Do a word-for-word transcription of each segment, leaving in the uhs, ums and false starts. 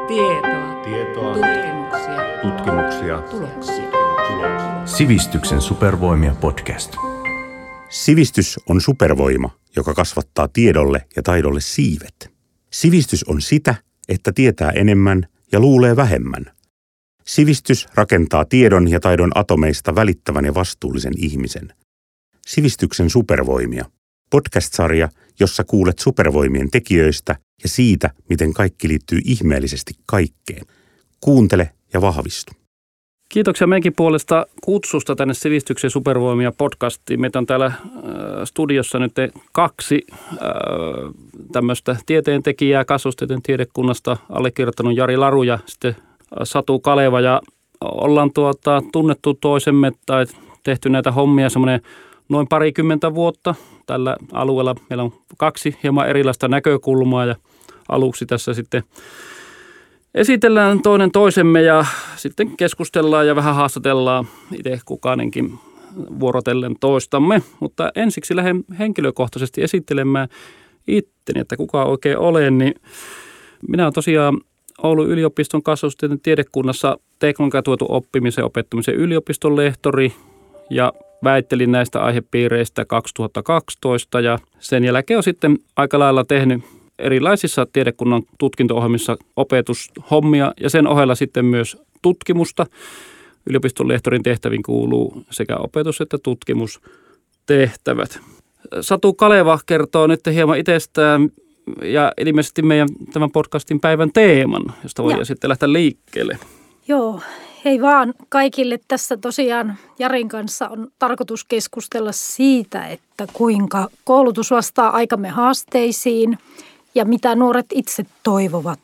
Tietoa. Tietoa. Tutkimuksia. Tutkimuksia. Tuloksia. Tuloksia. Sivistyksen supervoimia podcast. Sivistys on supervoima, joka kasvattaa tiedolle ja taidolle siivet. Sivistys on sitä, että tietää enemmän ja luulee vähemmän. Sivistys rakentaa tiedon ja taidon atomeista välittävän ja vastuullisen ihmisen. Sivistyksen supervoimia. Podcast-sarja, jossa kuulet supervoimien tekijöistä ja siitä, miten kaikki liittyy ihmeellisesti kaikkeen. Kuuntele ja vahvistu. Kiitoksia meidänkin puolesta kutsusta tänne Sivistyksen supervoimia podcastiin. Meitä on täällä äh, studiossa nyt kaksi äh, tämmöistä tieteentekijää kasvustieteen tiedekunnasta, allekirjoittanut Jari Laru ja sitten Satu Kaleva. Ja ollaan tuota, tunnettu toisemme tai tehty näitä hommia semmoinen noin parikymmentä vuotta tällä alueella. Meillä on kaksi hieman erilaista näkökulmaa ja aluksi tässä sitten esitellään toinen toisemme ja sitten keskustellaan ja vähän haastatellaan itse kukainenkin vuorotellen toistamme. Mutta ensiksi lähden henkilökohtaisesti esittelemään itteni, että kuka oikein olen. Niin minä olen tosiaan Oulun yliopiston kasvustieteen tiedekunnassa teknologian tuetun oppimisen ja opettamisen yliopiston lehtori ja väittelin näistä aihepiireistä kaksituhattakaksitoista ja sen jälkeen on sitten aika lailla tehnyt erilaisissa tiedekunnan tutkinto-ohjelmissa opetushommia ja sen ohella sitten myös tutkimusta. Yliopiston lehtorin tehtäviin kuuluu sekä opetus- että tutkimustehtävät. Satu Kaleva kertoo nyt hieman itsestään ja ilmeisesti meidän tämän podcastin päivän teeman, josta voi ja. sitten lähteä liikkeelle. Joo, hei vaan kaikille. Tässä tosiaan Jarin kanssa on tarkoitus keskustella siitä, että kuinka koulutus vastaa aikamme haasteisiin ja mitä nuoret itse toivovat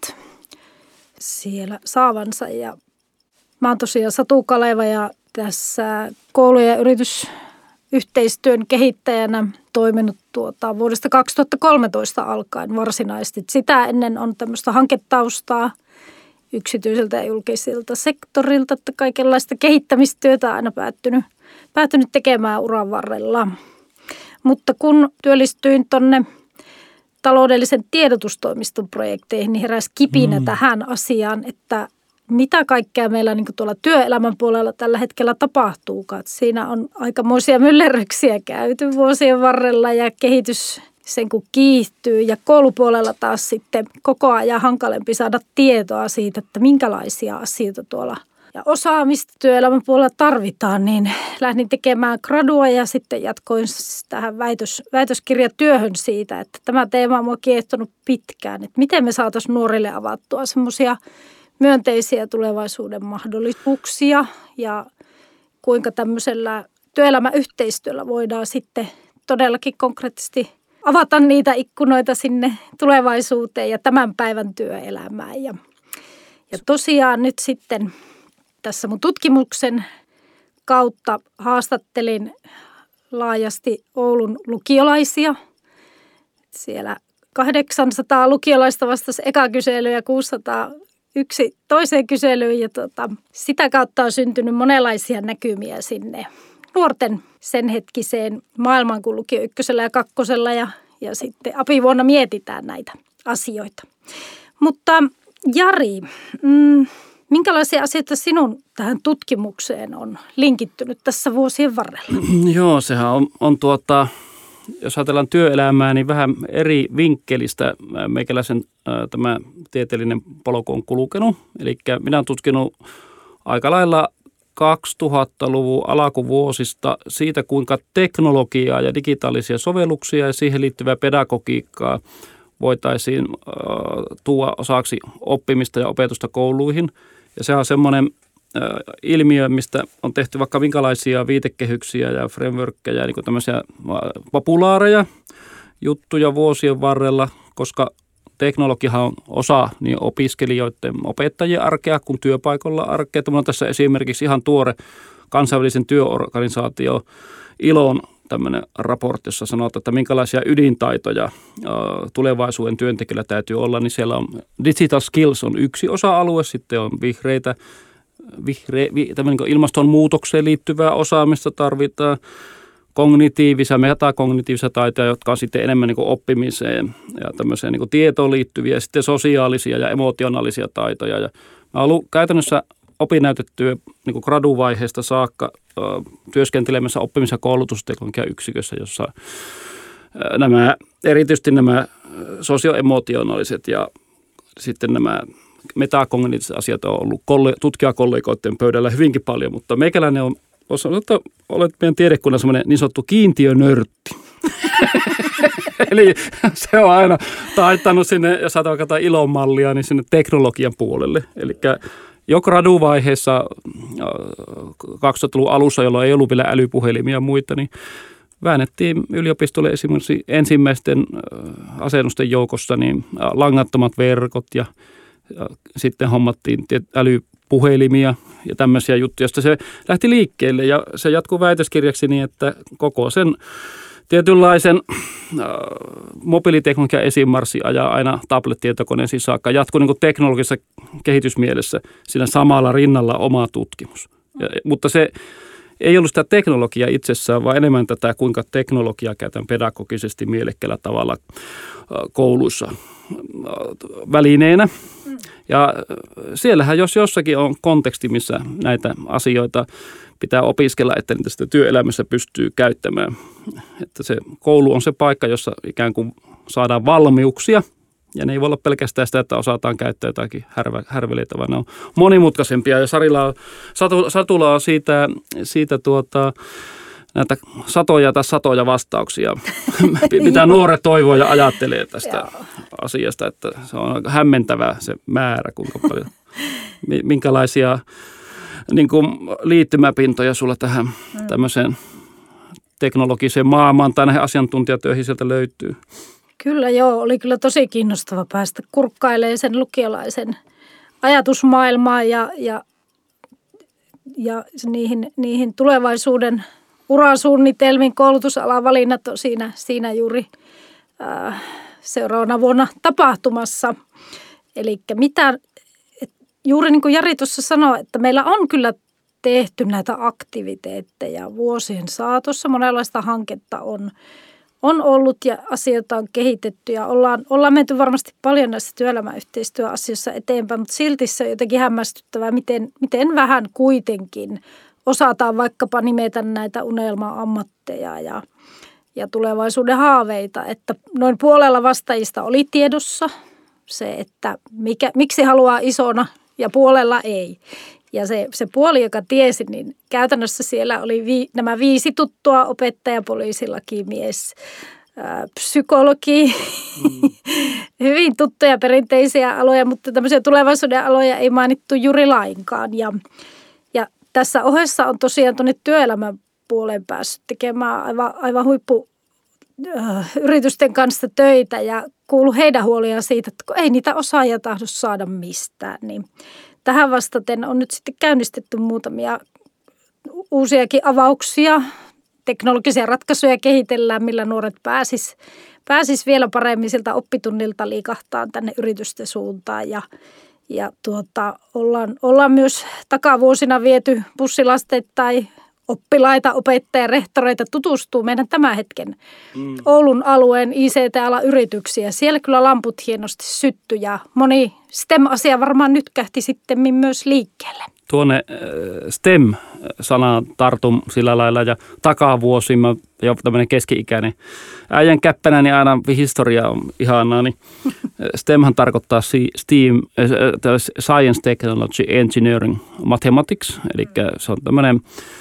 siellä saavansa. Ja mä oon tosiaan Satu Kaleva ja tässä koulu- ja yritysyhteistyön kehittäjänä toiminut tuota vuodesta kaksituhattakolmetoista alkaen varsinaisesti. Sitä ennen on tämmöistä hanketaustaa yksityiseltä ja julkiselta sektorilta, että kaikenlaista kehittämistyötä on aina päättynyt, päättynyt tekemään uran varrella. Mutta kun työllistyin tonne taloudellisen tiedotustoimiston projekteihin, niin heräsi kipinä mm. tähän asiaan, että mitä kaikkea meillä niin kuin tuolla työelämän puolella tällä hetkellä tapahtuukaan. Siinä on aikamoisia myllerryksiä käyty vuosien varrella ja kehitys sen kun kiihtyy ja koulupuolella taas sitten koko ajan hankalempi saada tietoa siitä, että minkälaisia asioita tuolla ja osaamista työelämän puolella tarvitaan, niin lähdin tekemään gradua ja sitten jatkoin tähän väitös, väitöskirjatyöhön siitä, että tämä teema on minua kiehtonut pitkään, että miten me saataisiin nuorille avattua semmoisia myönteisiä tulevaisuuden mahdollisuuksia ja kuinka tämmöisellä työelämäyhteistyöllä voidaan sitten todellakin konkreettisesti avata niitä ikkunoita sinne tulevaisuuteen ja tämän päivän työelämään. Ja, ja tosiaan nyt sitten tässä mun tutkimuksen kautta haastattelin laajasti Oulun lukiolaisia. Siellä kahdeksansataa lukiolaista vastasi eka kyselyyn ja kuusisataa yksi toiseen kyselyyn. Ja tota, sitä kautta on syntynyt monenlaisia näkymiä sinne nuorten sen hetkiseen maailmaan, kun lukio ykkösellä ja kakkosella ja, ja sitten apivuonna mietitään näitä asioita. Mutta Jari, mm, minkälaisia asioita sinun tähän tutkimukseen on linkittynyt tässä vuosien varrella? Joo, sehän on, on tuota, jos ajatellaan työelämää, niin vähän eri vinkkelistä meikäläisen ää, tämä tieteellinen polku on kulkenut. Eli minä olen tutkinut aika lailla kaksituhattaluvun alkuvuosista siitä, kuinka teknologiaa ja digitaalisia sovelluksia ja siihen liittyvää pedagogiikkaa voitaisiin äh, tuoda osaksi oppimista ja opetusta kouluihin. Ja se on semmoinen äh, ilmiö, mistä on tehty vaikka minkälaisia viitekehyksiä ja frameworkkeja, niin kuin tämmöisiä populaareja juttuja vuosien varrella, koska teknologiahan on osa niin opiskelijoiden opettajien arkea kuin työpaikalla arkea. Tämä on tässä esimerkiksi ihan tuore kansainvälisen työorganisaatio I L O:n tämmöinen raportti, jossa sanotaan, että minkälaisia ydintaitoja tulevaisuuden työntekijöillä täytyy olla. Niin siellä on digital skills on yksi osa-alue, sitten on vihreitä, vihre, vi, tämmöinen ilmastonmuutokseen liittyvää osaamista tarvitaan. kognitiivisia, metakognitiivisia taitoja, jotka on sitten enemmän niin kuin oppimiseen ja tämmöiseen niin kuin tietoon liittyviä, ja sitten sosiaalisia ja emotionaalisia taitoja. Ja mä oon ollut käytännössä opinnäytetyö niin kuin graduvaiheesta saakka ö, työskentelemässä oppimis- ja koulutusteknologian yksikössä, jossa ö, nämä, erityisesti nämä sosioemotionaaliset ja sitten nämä metakognitiiviset asiat on ollut kolle- tutkijakollegoiden pöydällä hyvinkin paljon, mutta meikäläinen on, voisi sanoa, että olet meidän tiedekunnan semmoinen niin sanottu kiintiönörtti. Eli se on aina taittanut sinne, jos ajatellaan katsoa ilon mallia, niin sinne teknologian puolelle. Eli jo graduvaiheessa kaksituhattaluvun alussa, jolloin ei ollut vielä älypuhelimia ja muita, niin väännettiin yliopistolle esimerkiksi ensimmäisten asennusten joukossa niin langattomat verkot ja, ja sitten hommattiin älypuhelimia ja tämmöisiä juttuja, josta se lähti liikkeelle ja se jatkuu väitöskirjaksi niin, että koko sen tietynlaisen äh, mobiiliteknologian esimarssi ajaa aina tablet-tietokoneisiin saakka. Jatkuu niin kuin teknologisessa kehitysmielessä siinä samalla rinnalla oma tutkimus. Ja, mutta se ei ollut sitä teknologiaa itsessään, vaan enemmän tätä, kuinka teknologiaa käytetään pedagogisesti mielekkäällä tavalla äh, kouluissa äh, välineenä. Ja siellähän jos jossakin on konteksti, missä näitä asioita pitää opiskella, että niitä sitä työelämässä pystyy käyttämään. Että se koulu on se paikka, jossa ikään kuin saadaan valmiuksia. Ja ne ei voi olla pelkästään sitä, että osataan käyttää jotakin härvä, härveleitä, vaan ne on monimutkaisempia. Ja Sarilla on, Satu, Satulla on siitä, siitä tuota, näitä satoja tai satoja vastauksia, mitä nuoret toivoo ja ajattelee tästä asiasta. Että se on aika hämmentävää se määrä, kuinka paljon, minkälaisia niin kuin liittymäpintoja sulla tähän mm. tämmöiseen teknologiseen maailmaan tai näihin asiantuntijatöihin sieltä löytyy? Kyllä joo, oli kyllä tosi kiinnostava päästä kurkkailemaan sen lukiolaisen ajatusmaailmaan ja, ja, ja niihin, niihin tulevaisuuden urasuunnitelmiin. Koulutusalan valinnat on siinä, siinä juuri ää, seuraavana vuonna tapahtumassa. Eli mitä... Juuri niin kuin Jari tuossa sanoi, että meillä on kyllä tehty näitä aktiviteetteja vuosien saatossa. Monenlaista hanketta on, on ollut ja asioita on kehitetty ja ollaan, ollaan menty varmasti paljon näissä työelämäyhteistyöasioissa eteenpäin, mutta silti se on jotenkin hämmästyttävää, miten, miten vähän kuitenkin osataan vaikkapa nimetä näitä unelma-ammatteja ja, ja tulevaisuuden haaveita. Että noin puolella vastaajista oli tiedossa se, että mikä, miksi haluaa isona ja puolella ei. Ja se, se puoli, joka tiesi, niin käytännössä siellä oli vi, nämä viisi tuttua: opettaja, poliisi, lakimies, ää, psykologi. Mm. Hyvin tuttuja perinteisiä aloja, mutta tämmöisiä tulevaisuuden aloja ei mainittu juuri lainkaan. Ja, ja tässä ohessa on tosiaan tuonne työelämän puoleen päässyt tekemään aivan, aivan huippu yritysten kanssa töitä ja kuulu heidän huoliaan siitä, että kun ei niitä osaajia tahdo saada mistään, niin tähän vastaten on nyt sitten käynnistetty muutamia uusiakin avauksia. Teknologisia ratkaisuja kehitellään, millä nuoret pääsis, pääsis vielä paremmin siltä oppitunnilta liikahtaan tänne yritysten suuntaan ja ja tuota, ollaan, ollaan myös takavuosina viety bussilasteittain oppilaita, opettajia, rehtoreita tutustuu meidän tämän hetken mm. Oulun alueen I C T-alan yrityksiä. Siellä kyllä lamput hienosti syttyi ja moni S T E M-asia varmaan nyt kähti sitten myös liikkeelle. Tuonne S T E M-sanaan tartun sillä lailla ja takavuosi, mä jo tämmöinen keski-ikäinen äijän käppänä, niin aina historia on ihanaa. Niin S T E Mhän tarkoittaa STEAM, Science, Technology, Engineering, Mathematics, eli se on tämmöinen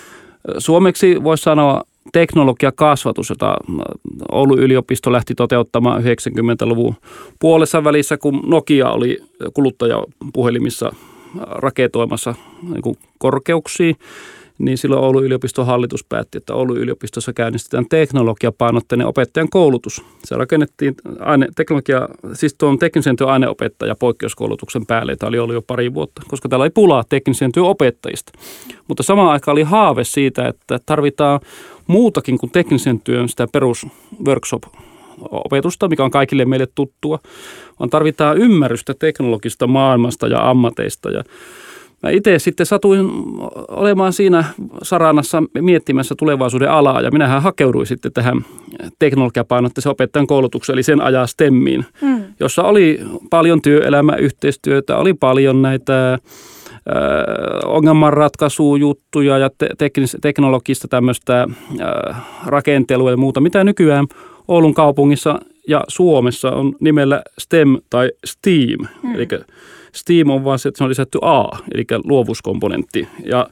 suomeksi voisi sanoa teknologiakasvatus, jota Oulun yliopisto lähti toteuttamaan yhdeksänkymmentäluvun puolessa välissä, kun Nokia oli kuluttajapuhelimissa raketoimassa niin kuin korkeuksia, niin silloin Oulun yliopiston hallitus päätti, että Oulun yliopistossa käynnistetään teknologiapainotteinen opettajan koulutus. Se rakennettiin aine, teknologia, siis tuon teknisen työn aineopettaja poikkeuskoulutuksen päälle, tämä oli ollut jo pari vuotta, koska täällä ei pulaa teknisen työn opettajista. Mutta samaan aikaan oli haave siitä, että tarvitaan muutakin kuin teknisen työn sitä perus workshop-opetusta, mikä on kaikille meille tuttua, vaan tarvitaan ymmärrystä teknologisesta maailmasta ja ammateista ja mä itse sitten satuin olemaan siinä saranassa miettimässä tulevaisuuden alaa ja minähän hakeuduin sitten tähän teknologiapainotteisen opettajan koulutukseen, eli sen ajaa STEMiin, mm. jossa oli paljon työelämäyhteistyötä, oli paljon näitä ongelmanratkaisujuttuja ja te- teknis- teknologista tämmöistä äh, rakentelua ja muuta, mitä nykyään Oulun kaupungissa ja Suomessa on nimellä STEM tai STEAM. Mm. Eli STEAM on vaan se, että se on lisätty A, eli luovuuskomponentti. Ja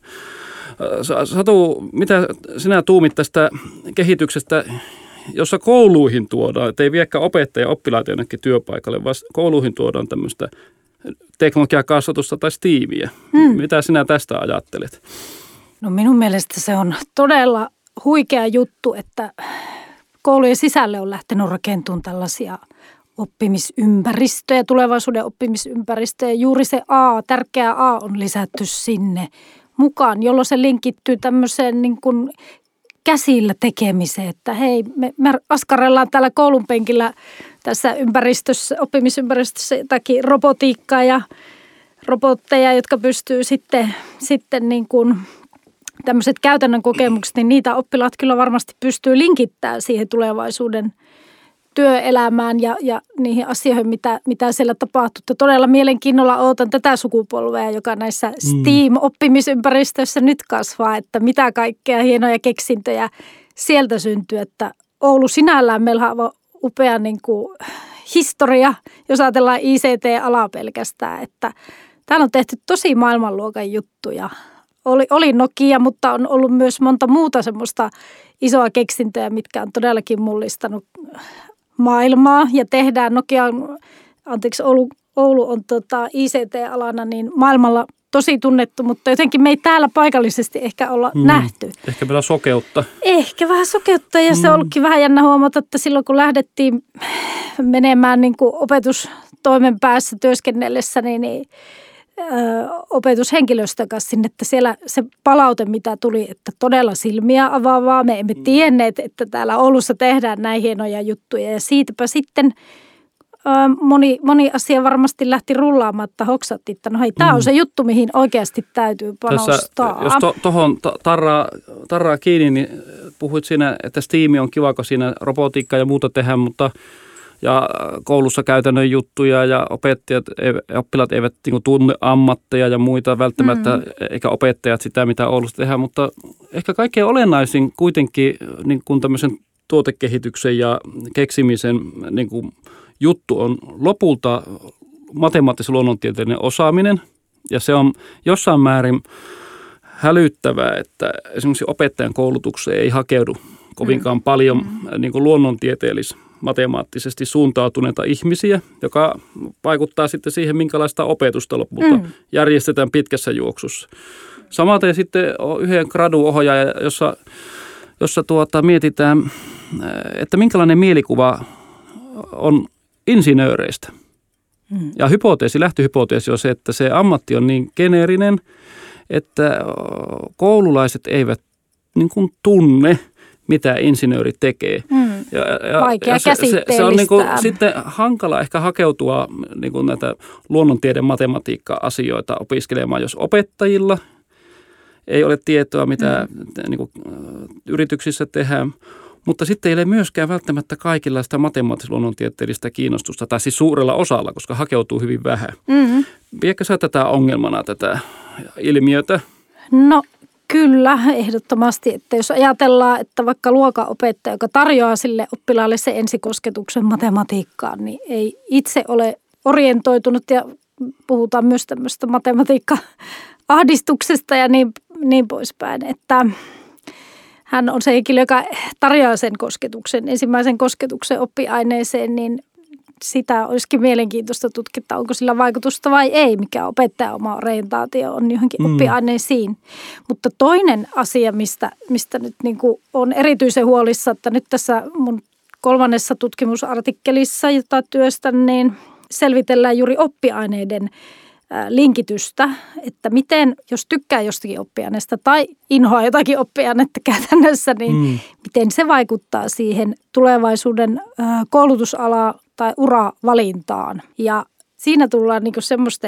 äh, Satu, mitä sinä tuumit tästä kehityksestä, jossa kouluihin tuodaan, että ei viekään opettaja oppilaita jonnekin työpaikalle, vaan kouluihin tuodaan tämmöistä teknologiakasvatusta tai STEAMiä. Hmm. Mitä sinä tästä ajattelet? No minun mielestä se on todella huikea juttu, että koulujen sisälle on lähtenyt rakentumaan tällaisia oppimisympäristöjä, tulevaisuuden oppimisympäristöjä. Juuri se A, tärkeä A on lisätty sinne mukaan, jolloin se linkittyy tämmöiseen niin kuin käsillä tekemiseen, että hei, me, me askarellaan täällä koulun penkillä tässä ympäristössä, oppimisympäristössä jotakin robotiikkaa ja robotteja, jotka pystyy sitten, sitten niin kuin tämmöiset käytännön kokemukset, niin niitä oppilaat kyllä varmasti pystyy linkittämään siihen tulevaisuuden työelämään ja, ja niihin asioihin, mitä, mitä siellä tapahtuu. Ja todella mielenkiinnolla odotan tätä sukupolvea, joka näissä STEAM-oppimisympäristöissä nyt kasvaa, että mitä kaikkea hienoja keksintöjä sieltä syntyy. Että Oulu sinällään meillä on upea niin kuin historia, jos ajatellaan I C T-alaa pelkästään, että täällä on tehty tosi maailmanluokan juttuja. Oli, oli Nokia, mutta on ollut myös monta muuta semmoista isoa keksintöä, mitkä on todellakin mullistanut maailmaa ja tehdään Nokian, anteeksi Oulu, Oulu on tota I C T-alana niin maailmalla tosi tunnettu, mutta jotenkin me ei täällä paikallisesti ehkä olla mm. nähty. Ehkä vielä sokeutta. Ehkä vähän sokeutta ja mm. se on ollutkin vähän jännä huomata, että silloin kun lähdettiin menemään niin kuin opetustoimen päässä työskennellessä, niin, niin ö, opetushenkilöstön kanssa sinne, että siellä se palaute, mitä tuli, että todella silmiä avaavaa. Me emme tienneet, että täällä Oulussa tehdään näin hienoja juttuja ja siitäpä sitten Moni, moni asia varmasti lähti rullaamaan, että hoksattiin, että no hei, tämä on se juttu, mihin oikeasti täytyy panostaa. Tässä, jos to, tohon tarraa, tarraa kiinni, niin puhuit siinä, että STEAM on kiva, kun siinä robotiikkaa ja muuta tehdään, mutta ja koulussa käytännön juttuja ja opettajat, oppilaat eivät niin tunne ammatteja ja muita välttämättä, mm. eikä opettajat sitä, mitä Oulussa tehdään, mutta ehkä kaikkein olennaisin kuitenkin niin kuin tämmöisen tuotekehityksen ja keksimisen niin kuin juttu on lopulta matemaattisen luonnontieteellinen osaaminen ja se on jossain määrin hälyttävää, että esimerkiksi opettajan koulutukseen ei hakeudu kovinkaan paljon mm. niin kuin luonnontieteellis-matemaattisesti suuntautuneita ihmisiä, joka vaikuttaa sitten siihen, minkälaista opetusta lopulta mm. järjestetään pitkässä juoksussa. Samaten sitten yhden graduohjaaja, jossa, jossa tuota, mietitään, että minkälainen mielikuva on insinööreistä. Hmm. Ja hypoteesi, lähtöhypoteesi on se, että se ammatti on niin geneerinen, että koululaiset eivät niin kuin tunne, mitä insinööri tekee. Hmm. Ja, ja, Vaikea ja se, se, se on niin kuin sitten hankala ehkä hakeutua niin kuin näitä luonnontieden matematiikka-asioita opiskelemaan, jos opettajilla ei ole tietoa, mitä hmm. niin kuin, yrityksissä tehdään. Mutta sitten ei ole myöskään välttämättä kaikilla sitä matemaattis-luonnontieteellistä kiinnostusta, tai siis suurella osalla, koska hakeutuu hyvin vähän. Mm-hmm. Viekö sä tätä ongelmana, tätä ilmiötä? No kyllä, ehdottomasti. Että jos ajatellaan, että vaikka luokanopettaja, joka tarjoaa sille oppilaalle se ensikosketuksen matematiikkaan, niin ei itse ole orientoitunut ja puhutaan myös tämmöistä matematiikka-ahdistuksesta ja niin, niin poispäin, että hän on se henkilö, joka tarjoaa sen kosketuksen, ensimmäisen kosketuksen oppiaineeseen, niin sitä olisikin mielenkiintoista tutkia, onko sillä vaikutusta vai ei, mikä opettajan oma orientaatio on johonkin mm. oppiaineisiin. Mutta toinen asia, mistä, mistä nyt niin kuin on erityisen huolissa, että nyt tässä mun kolmannessa tutkimusartikkelissa, jota työstän, niin selvitellään juuri oppiaineiden linkitystä, että miten, jos tykkää jostakin oppiaineesta tai inhoaa jotakin oppiainetta käytännössä, niin mm. miten se vaikuttaa siihen tulevaisuuden koulutusalaa tai uravalintaan. Ja siinä tullaan niin semmoisten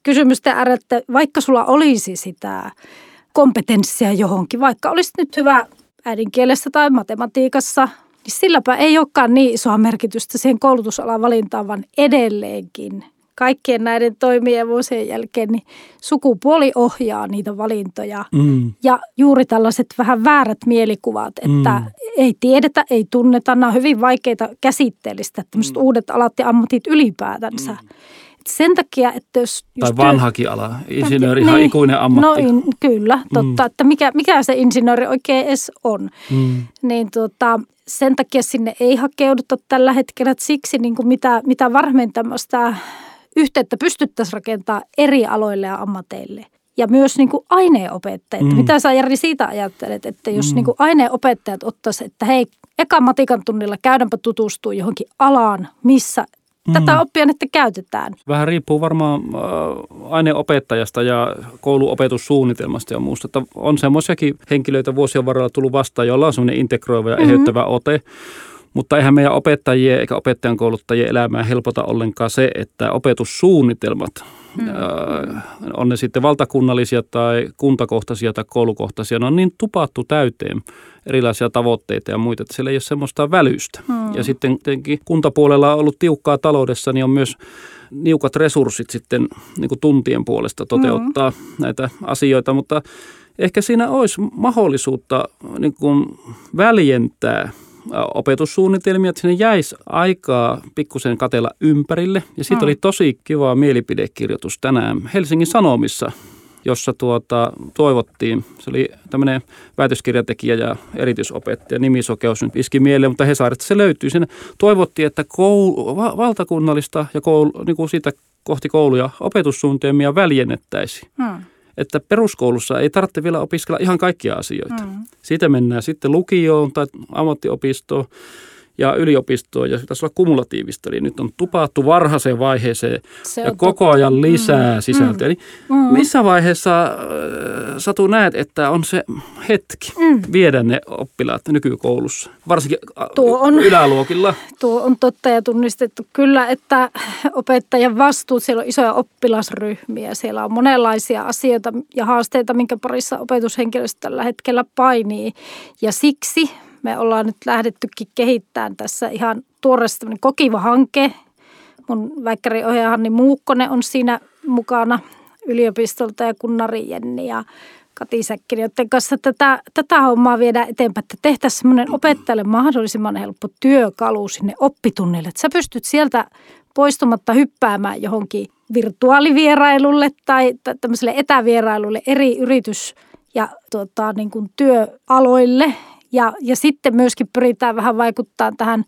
kysymysten äärellä, että vaikka sulla olisi sitä kompetenssia johonkin, vaikka olisit nyt hyvä äidinkielessä tai matematiikassa, niin silläpä ei olekaan niin isoa merkitystä siihen koulutusalan valintaan, vaan edelleenkin kaikkien näiden toimien vuosien jälkeen niin sukupuoli ohjaa niitä valintoja. Mm. Ja juuri tällaiset vähän väärät mielikuvat, että mm. ei tiedetä, ei tunneta, nämä on hyvin vaikeita käsitteellistä, tämmöiset mm. uudet alat ja ammatit ylipäätänsä. Mm. Sen takia, että jos... Tai vanhakin ala, insinööri, ihan niin, ikuinen ammatti. No kyllä, totta, mm. että mikä, mikä se insinööri oikein edes on. Mm. Niin tuota, sen takia sinne ei hakeuduta tällä hetkellä, että siksi niin kuin mitä, mitä varmemmin tämmöistä yhteyttä pystyttäisiin rakentamaan eri aloille ja ammateille. Ja myös niin kuin aineenopettajat. Mm. Mitä sä, Jari, siitä ajattelet, että jos mm. niin kuin aineenopettajat ottaisivat, että hei, eka matikan tunnilla käydäänpä tutustua johonkin alaan, missä tätä oppijannetta käytetään. Vähän riippuu varmaan äh, aineenopettajasta ja kouluopetussuunnitelmasta ja muusta. Että on semmoisiakin henkilöitä vuosien varrella tullut vastaan, joilla on semmoinen integroiva ja mm-hmm. eheyttävä ote. Mutta eihän meidän opettajien eikä opettajan kouluttajien elämää helpota ollenkaan se, että opetussuunnitelmat, mm. äh, on ne sitten valtakunnallisia tai kuntakohtaisia tai koulukohtaisia, ne on niin tupattu täyteen erilaisia tavoitteita ja muita, että siellä ei ole semmoista välystä. Mm. Ja sitten tietenkin kuntapuolella on ollut tiukkaa taloudessa, niin on myös niukat resurssit sitten niin kuin tuntien puolesta toteuttaa mm. näitä asioita, mutta ehkä siinä olisi mahdollisuutta niin kuin väljentää opetussuunnitelmia, että sinne jäisi aikaa pikkusen katella ympärille. Ja siitä mm. oli tosi kiva mielipidekirjoitus tänään Helsingin Sanomissa, jossa tuota, toivottiin, se oli tämmöinen väitöskirjatekijä ja erityisopettaja, nimisokeus nyt iski mieleen, mutta Hesarista se löytyy. Siinä toivottiin, että koulu, va, valtakunnallista ja koulu, niin kuin siitä kohti kouluja opetussuunnitelmia väljennettäisiin. Mm. Että peruskoulussa ei tarvitse vielä opiskella ihan kaikkia asioita. Mm. Siitä mennään sitten lukioon tai ammattiopistoon ja yliopistoon ja se pitäisi olla kumulatiivista. Eli nyt on tupattu varhaiseen vaiheeseen ja koko totta. ajan lisää mm. sisältöä. Eli mm. missä vaiheessa äh, Satu näet, että on se hetki mm. viedä ne oppilaat nykykoulussa, varsinkin tuo on, yläluokilla? Tuo on totta ja tunnistettu kyllä, että opettajan vastuut, siellä on isoja oppilasryhmiä, siellä on monenlaisia asioita ja haasteita, minkä parissa opetushenkilöstö tällä hetkellä painii ja siksi me ollaan nyt lähdettykin kehittämään tässä ihan tuoreessa tämmöinen Kokiva-hanke. Mun väikkäriohjaaja Hanni Muukkonen on siinä mukana yliopistolta ja Kunnari Jenni ja Kati Säkkinen, joiden kanssa tätä, tätä hommaa viedään eteenpäin, että tehtäisiin semmoinen opettajalle mahdollisimman helppo työkalu sinne oppitunnille. Että sä pystyt sieltä poistumatta hyppäämään johonkin virtuaalivierailulle tai tämmöiselle etävierailulle eri yritys- ja tuota, niin kuin työaloille. Ja, ja sitten myöskin pyritään vähän vaikuttaa tähän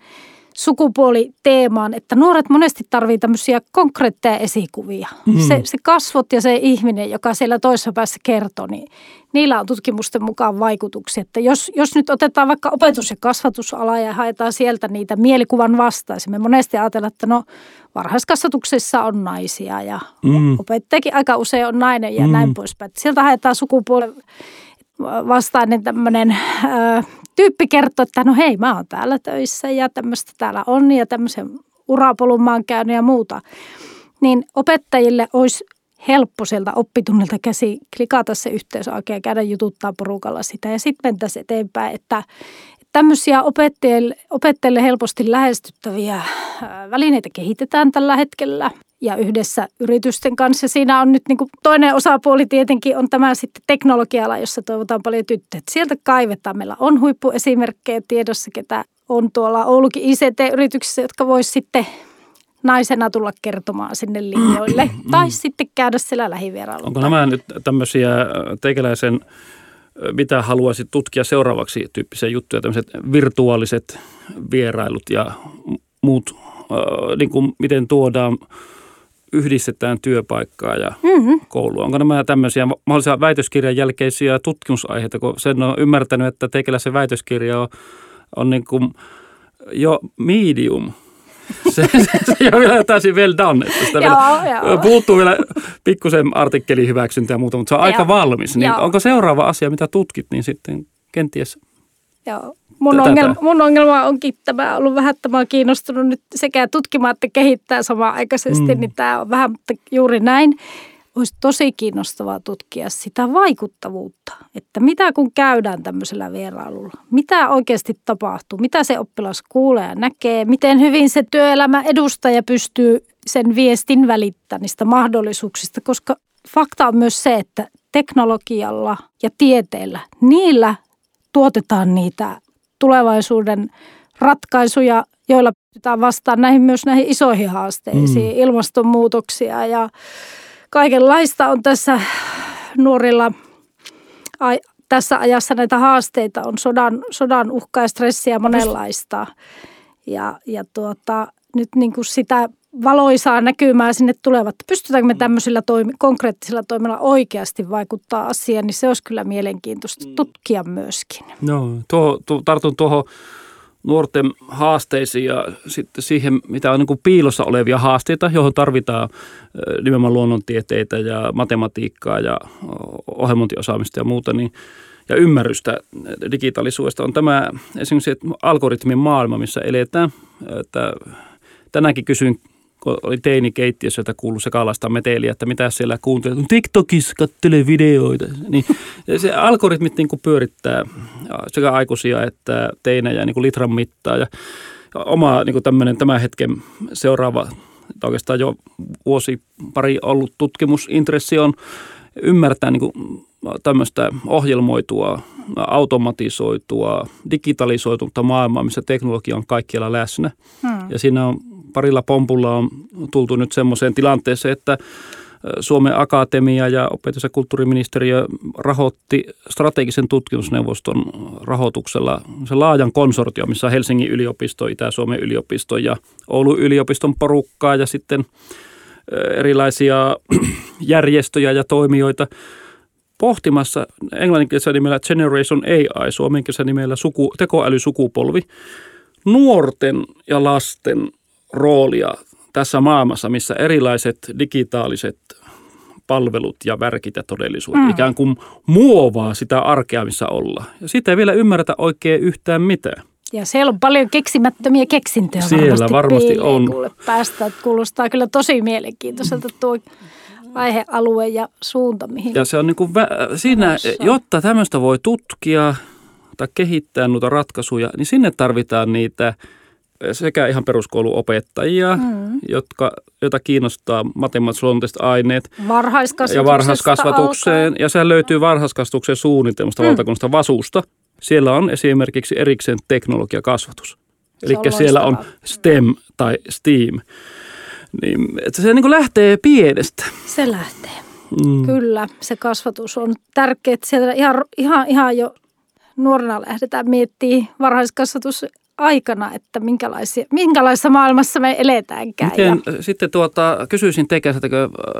sukupuoliteemaan, että nuoret monesti tarvitsee tämmöisiä konkreetteja esikuvia. Mm. Se, se kasvot ja se ihminen, joka siellä toisessa päässä kertoo, niin niillä on tutkimusten mukaan vaikutuksia. Että jos, jos nyt otetaan vaikka opetus- ja kasvatusala ja haetaan sieltä niitä mielikuvan vastaisia, me monesti ajatellaan, että no varhaiskasvatuksessa on naisia ja mm. opettajakin aika usein on nainen ja mm. näin poispäin. Sieltä haetaan sukupuolen vastainen tämmöinen ö, tyyppi kertoo, että no hei, mä oon täällä töissä ja tämmöistä täällä on ja tämmöisen urapolun mä oon käynyt ja muuta. Niin opettajille olisi helppo sieltä oppitunnilta käsi klikata se yhteys oikein ja käydä jututtaa porukalla sitä ja sitten mentäisiin eteenpäin, että tämmöisiä opettajille, opettajille helposti lähestyttäviä välineitä kehitetään tällä hetkellä. Ja yhdessä yritysten kanssa. Siinä on nyt niin kuin toinen osapuoli tietenkin on tämä sitten teknologia-ala, jossa toivotaan paljon tyttöjä. Sieltä kaivetaan. Meillä on huippuesimerkkejä tiedossa, ketä on tuolla Oulukin I C T-yrityksissä, jotka vois sitten naisena tulla kertomaan sinne linjoille. Tai sitten käydä siellä lähivierailulla. Onko nämä nyt tämmöisiä teikäläisen, mitä haluaisit tutkia seuraavaksi tyyppisiä juttuja, tämmöiset virtuaaliset vierailut ja muut, äh, niin kuin miten tuodaan yhdistetään työpaikkaa ja mm-hmm. koulua. Onko nämä tämmöisiä mahdollisia väitöskirjan jälkeisiä tutkimusaiheita, kun sen on ymmärtänyt, että teikäläisen väitöskirja on, on niin kuin jo medium. Se, se, se ei ole vielä täysin well done. Että sitä joo, vielä, joo. puuttuu vielä pikkusen artikkelihyväksyntä ja muuta, mutta se on aika joo, valmis. Niin onko seuraava asia, mitä tutkit, niin sitten kenties... Joo. Mun ongelma, mun ongelma onkin tämä ollut vähän, että mä oon kiinnostunut nyt sekä tutkimaan että kehittää samaan aikaisesti, mm. niin tämä on vähän juuri näin. olisi tosi kiinnostavaa tutkia sitä vaikuttavuutta, että mitä kun käydään tämmöisellä vierailulla, mitä oikeasti tapahtuu, mitä se oppilas kuulee ja näkee, miten hyvin se työelämän edustaja pystyy sen viestin välittämään niistä mahdollisuuksista, koska fakta on myös se, että teknologialla ja tieteellä, niillä tuotetaan niitä tulevaisuuden ratkaisuja, joilla pystytään vastaamaan näihin myös näihin isoihin haasteisiin, mm. ilmastonmuutoksia ja kaikenlaista on tässä nuorilla, ai, tässä ajassa näitä haasteita on sodan, sodan uhkaa ja stressiä monenlaista ja, ja tuota, nyt niin kuin sitä valoisaa näkymää sinne tulevat. Pystytäänkö me tämmöisillä toimi, konkreettisilla toimilla oikeasti vaikuttaa asiaan, niin se olisi kyllä mielenkiintoista tutkia myöskin. No, tuo, tuo, tartun tuohon nuorten haasteisiin ja sitten siihen, mitä on niin kuin piilossa olevia haasteita, johon tarvitaan nimenomaan luonnontieteitä ja matematiikkaa ja ohjelmointiosaamista ja muuta, niin, ja ymmärrystä digitaalisuudesta on tämä esimerkiksi algoritmin maailma, missä eletään. Että tänäänkin kysyin, kun oli teini keittiössä, jota kuului sekalaista meteliä, että mitä siellä kuuntelee. TikTokissa kattelee videoita. Niin se algoritmit niin kuin pyörittää sekä aikuisia että teinejä niin kuin litran mittaa. Ja oma niin kuin tämmöinen tämän hetken seuraava, oikeastaan jo vuosi pari ollut tutkimusintressi on ymmärtää niin kuin tämmöistä ohjelmoitua, automatisoitua, digitalisoitunutta maailmaa, missä teknologia on kaikkialla läsnä. Hmm. Ja siinä on parilla pompulla on tultu nyt semmoiseen tilanteeseen, että Suomen Akatemia ja opetus- ja kulttuuriministeriö rahoitti strategisen tutkimusneuvoston rahoituksella se laajan konsortio, missä on Helsingin yliopisto, Itä-Suomen yliopisto ja Oulun yliopiston porukkaa ja sitten erilaisia järjestöjä ja toimijoita pohtimassa englanninkielisellä nimellä Generation A I, suomenkielisellä nimellä suku, tekoälysukupolvi, nuorten ja lasten roolia tässä maailmassa, missä erilaiset digitaaliset palvelut ja värkit ja todellisuudet mm. ikään kuin muovaa sitä arkea, missä ollaan. Ja siitä ei vielä ymmärretä oikein yhtään mitään. Ja siellä on paljon keksimättömiä keksintöjä siellä varmasti, varmasti on. Kuule päästä. Kuulostaa kyllä tosi mielenkiintoiselta tuo aihealue ja suunta, mihin. Ja se on niin kuin vä- siinä, jotta tämmöistä voi tutkia tai kehittää noita ratkaisuja, niin sinne tarvitaan niitä sekä ihan peruskouluopettajia, mm. jotka, joita kiinnostaa matemaattis-luonteiset aineet. Varhaiskasvatuksesta ja varhaiskasvatukseen. alkaa. Ja sehän löytyy varhaiskasvatuksen suunnitelmasta mm. valtakunnasta VASUsta. Siellä on esimerkiksi erikseen teknologiakasvatus. Eli siellä on STEM tai STEAM. Niin, että se niin kuin lähtee pienestä. Se lähtee. Mm. Kyllä, se kasvatus on tärkeää. Sieltä ihan, ihan, ihan jo nuorena lähdetään miettimään varhaiskasvatus aikana, että minkälaisia, minkälaisessa maailmassa me eletäänkään. Miten ja sitten tuota, kysyisin teitä, että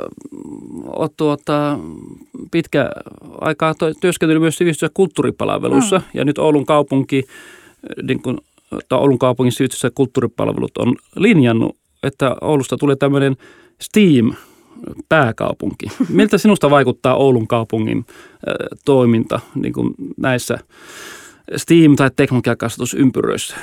olet tuota, pitkä aikaa työskentelyt myös sivistys- ja kulttuuripalveluissa mm. ja nyt Oulun kaupunki, niin kuin, Oulun kaupungin sivistys- ja kulttuuripalvelut on linjannut, että Oulusta tulee tämmöinen STEAM-pääkaupunki. Miltä sinusta vaikuttaa Oulun kaupungin äh, toiminta niin kuin näissä STEAM- tai teknologiakasvatusympyröissä?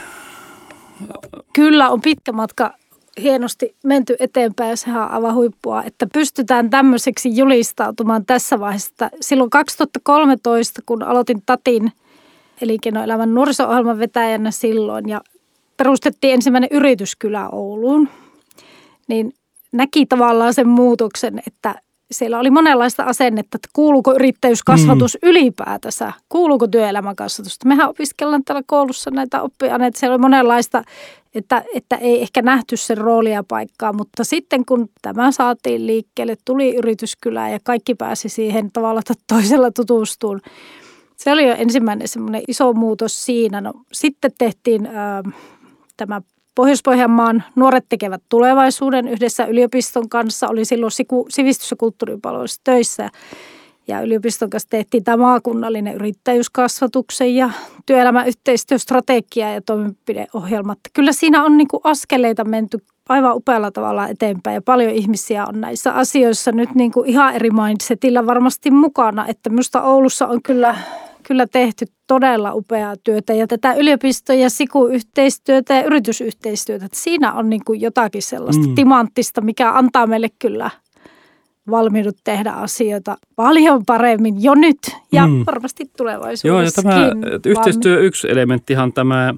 Kyllä on pitkä matka hienosti menty eteenpäin ja sehän on aivan huippua, että pystytään tämmöiseksi julistautumaan tässä vaiheessa. Silloin kaksituhattakolmetoista, kun aloitin TATin elinkeinoelämän nuoriso-ohjelman vetäjänä silloin ja perustettiin ensimmäinen yrityskylä Ouluun, niin näki tavallaan sen muutoksen, että siellä oli monenlaista asennetta, että kuuluuko yrittäjyyskasvatus mm. ylipäätänsä, kuuluuko työelämäkasvatusta. Mehän opiskellaan täällä koulussa näitä oppiaineita, siellä oli monenlaista, että, että ei ehkä nähty sen roolia ja paikkaa, mutta sitten kun tämä saatiin liikkeelle, tuli yrityskylä ja kaikki pääsi siihen tavalla toisella tutustumaan. Se oli jo ensimmäinen semmoinen iso muutos siinä. No, sitten tehtiin ää, tämä Pohjois-Pohjanmaan Nuoret tekevät tulevaisuuden yhdessä yliopiston kanssa. Oli silloin sivistys- ja kulttuuripalveluissa töissä ja yliopiston kanssa tehtiin tämä maakunnallinen yrittäjyyskasvatuksen ja työelämän yhteistyöstrategia ja toimenpideohjelmat. Kyllä siinä on niin kuin askeleita menty aivan upealla tavalla eteenpäin ja paljon ihmisiä on näissä asioissa nyt niin kuin ihan eri mindsetillä varmasti mukana, että minusta Oulussa on kyllä, kyllä tehty todella upeaa työtä ja tätä yliopisto- ja siku-yhteistyötä ja yritysyhteistyötä, että siinä on niin kuin jotakin sellaista mm. timanttista, mikä antaa meille kyllä valmiudut tehdä asioita paljon paremmin jo nyt ja mm. varmasti tulevaisuudessakin. Joo, ja tämä yhteistyö yksi elementtihan tämä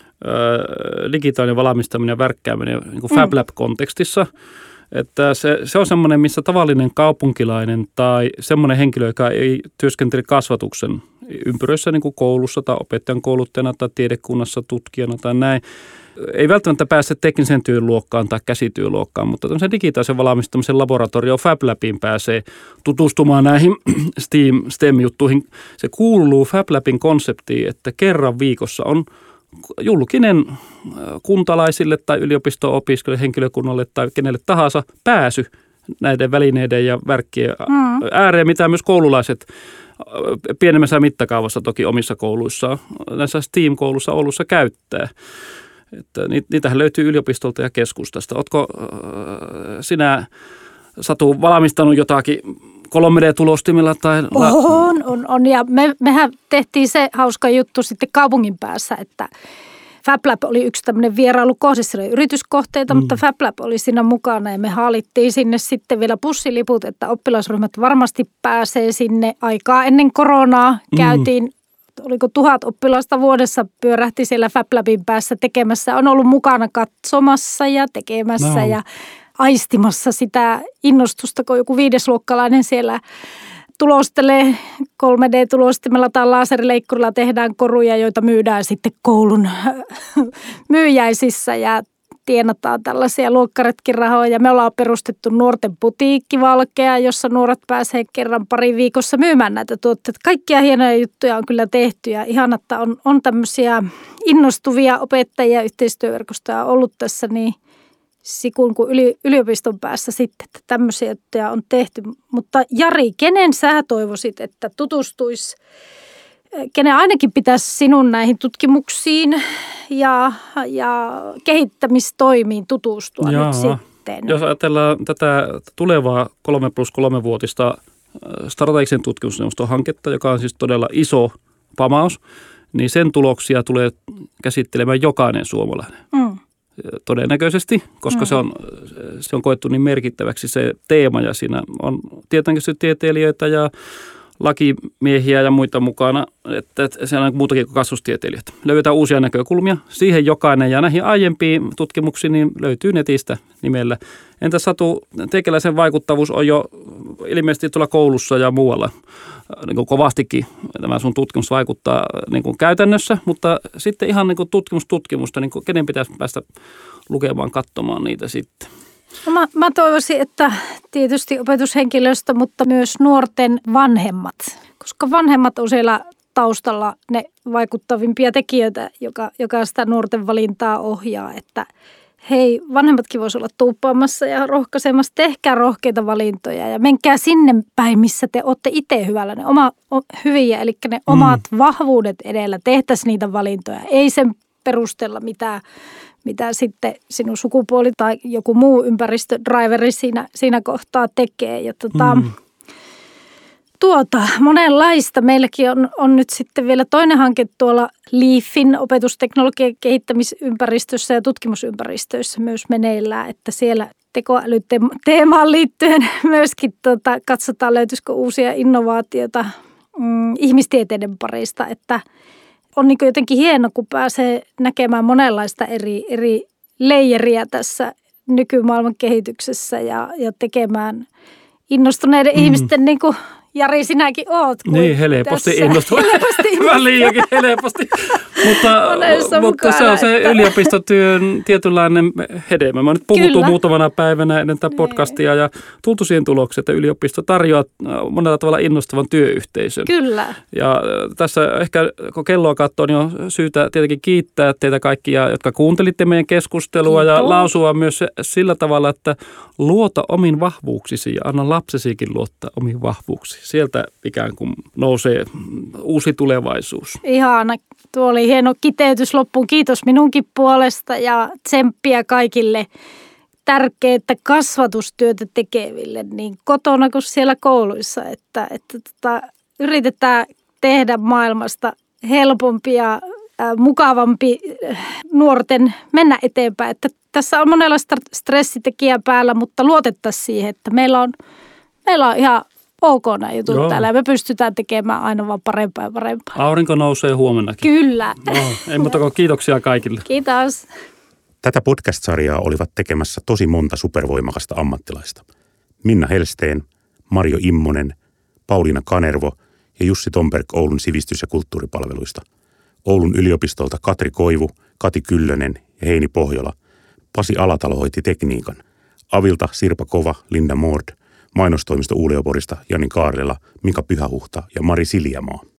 ö, digitaalinen valmistaminen ja värkkääminen niin kuin Fab Lab-kontekstissa. Että se, se on semmoinen, missä tavallinen kaupunkilainen tai semmoinen henkilö, joka ei työskentele kasvatuksen ympyröissä niin kuin koulussa tai opettajan kouluttajana tai tiedekunnassa tutkijana tai näin, ei välttämättä pääse teknisen työluokkaan tai käsityöluokkaan, mutta tämmöisen digitaalisen valmistamisen laboratorio Fab Labiin pääsee tutustumaan näihin STEAM, STEM-juttuihin. Se kuuluu Fab Labin konseptiin, että kerran viikossa on julkinen kuntalaisille tai yliopisto-opiskelijoille, henkilökunnalle tai kenelle tahansa pääsy näiden välineiden ja värkkien mm. ääreen, mitä myös koululaiset pienemmässä mittakaavassa toki omissa kouluissaan, näissä STEAM-koulussa Oulussa käyttää. Että niitähän löytyy yliopistolta ja keskustasta. Ootko äh, sinä, Satu, valmistanut jotakin kolme D-tulostimilla? Tai on, on, on. Ja me, mehän tehtiin se hauska juttu sitten kaupungin päässä, että Fab Lab oli yksi tämmöinen vierailukohde, siellä oli yrityskohteita, mm. mutta Fab Lab oli siinä mukana ja me haalittiin sinne sitten vielä bussiliput, että oppilasryhmät varmasti pääsee sinne. Aikaa ennen koronaa käytiin, mm. oliko tuhat oppilasta vuodessa pyörähti siellä Fab Labin päässä tekemässä, on ollut mukana katsomassa ja tekemässä no. ja aistimassa sitä innostusta, kun joku viidesluokkalainen siellä tulostelee kolme D-tulostimella tai laaserileikkurilla tehdään koruja, joita myydään sitten koulun myyjäisissä ja tienataan tällaisia luokkaretkirahoja. Me ollaan perustettu nuorten putiikki Valkea, jossa nuoret pääsee kerran pari viikossa myymään näitä tuotteita. Kaikkia hienoja juttuja on kyllä tehty ja ihana, että on, on tämmöisiä innostuvia opettajia yhteistyöverkostoja ollut tässä niin sikun kuin yli, yliopiston päässä sitten, että tämmöisiä juttuja on tehty. Mutta Jari, kenen sä toivoisit, että tutustuisi, kenen ainakin pitäisi sinun näihin tutkimuksiin ja, ja kehittämistoimiin tutustua Jaa. nyt sitten? Jos ajatellaan tätä tulevaa kolme plus kolme vuotista strategisen tutkimusneuvoston hanketta, joka on siis todella iso pamaus, niin sen tuloksia tulee käsittelemään jokainen suomalainen. Mm. Todennäköisesti, koska mm. se, on, se on koettu niin merkittäväksi se teema ja siinä on tietenkin tieteilijöitä ja lakimiehiä ja muita mukana, että, että siellä on muutakin kuin kasvustieteilijät. Löydetään uusia näkökulmia. Siihen jokainen ja näihin aiempiin tutkimuksiin niin löytyy netistä nimellä. Entä Satu, teikäläisen vaikuttavuus on jo ilmeisesti tuolla koulussa ja muualla niin kuin kovastikin tämä sun tutkimus vaikuttaa niin kuin käytännössä, mutta sitten ihan niin kuin tutkimustutkimusta, niin kuin kenen pitäisi päästä lukemaan, katsomaan niitä sitten? No mä, mä toivoisin, että tietysti opetushenkilöstö, mutta myös nuorten vanhemmat, koska vanhemmat on siellä taustalla ne vaikuttavimpia tekijöitä, joka, joka sitä nuorten valintaa ohjaa, että hei, vanhemmatkin voisi olla tuuppaamassa ja rohkaisemassa, tehkää rohkeita valintoja ja menkää sinne päin, missä te olette itse hyvällä, ne oma, hyviä, eli ne mm. omat vahvuudet edellä, tehtäisiin niitä valintoja, ei sen perusteella mitään, mitä sitten sinun sukupuoli tai joku muu ympäristödriveri siinä, siinä kohtaa tekee. Ja tota, mm. tuota, monenlaista. Meilläkin on, on nyt sitten vielä toinen hanke tuolla LEAFin opetusteknologian kehittämisympäristössä ja tutkimusympäristöissä myös meneillään, että siellä tekoälyteemaan liittyen myöskin tota, katsotaan, löytyisikö uusia innovaatioita mm, ihmistieteiden parista, että on niin jotenkin hieno, kun pääsee näkemään monenlaista eri, eri leijeriä tässä nykymaailman kehityksessä ja, ja tekemään innostuneiden mm. ihmisten, niin kuin Jari sinäkin oot. Niin, helposti innostuneet. Vähän liiankin helposti. mutta mutta se on se että yliopistotyön tietynlainen hedelmä. Mä oon nyt puhuttu Kyllä. muutamana päivänä ennen tätä podcastia ja tultu siihen tulokseen, että yliopisto tarjoaa monella tavalla innostavan työyhteisön. Kyllä. Ja tässä ehkä kun kelloa katsoo, niin on syytä tietenkin kiittää teitä kaikkia, jotka kuuntelitte meidän keskustelua Kiitos. Ja lausua myös sillä tavalla, että luota omiin vahvuuksisi ja anna lapsesikin luottaa omiin vahvuuksiin. Sieltä ikään kuin nousee uusi tulevaisuus. Ihana. Tuo oli hieno kiteytys loppuun. Kiitos minunkin puolesta ja tsemppiä kaikille tärkeää kasvatustyötä tekeville niin kotona kuin siellä kouluissa. Että, että tota, yritetään tehdä maailmasta helpompi ja äh, mukavampi äh, nuorten mennä eteenpäin. Että tässä on monenlaista stressitekijää päällä, mutta luotettaisiin siihen, että meillä on meillä on ihan ok nämä jutut Joo. täällä ja me pystytään tekemään aina vaan parempaa ja parempaa. Aurinko nousee huomennakin. Kyllä. No, ei muuta kuin kiitoksia kaikille. Kiitos. Tätä podcast-sarjaa olivat tekemässä tosi monta supervoimakasta ammattilaista. Minna Helsteen, Marjo Immonen, Pauliina Kanervo ja Jussi Tomberg Oulun sivistys- ja kulttuuripalveluista. Oulun yliopistolta Katri Koivu, Kati Kyllönen ja Heini Pohjola. Pasi Alatalo hoiti tekniikan. Avilta Sirpa Kova, Linda Mord, mainostoimisto Uleåborista Jani Kaarlela, Mika Pyhähuhta ja Mari Siljamaa.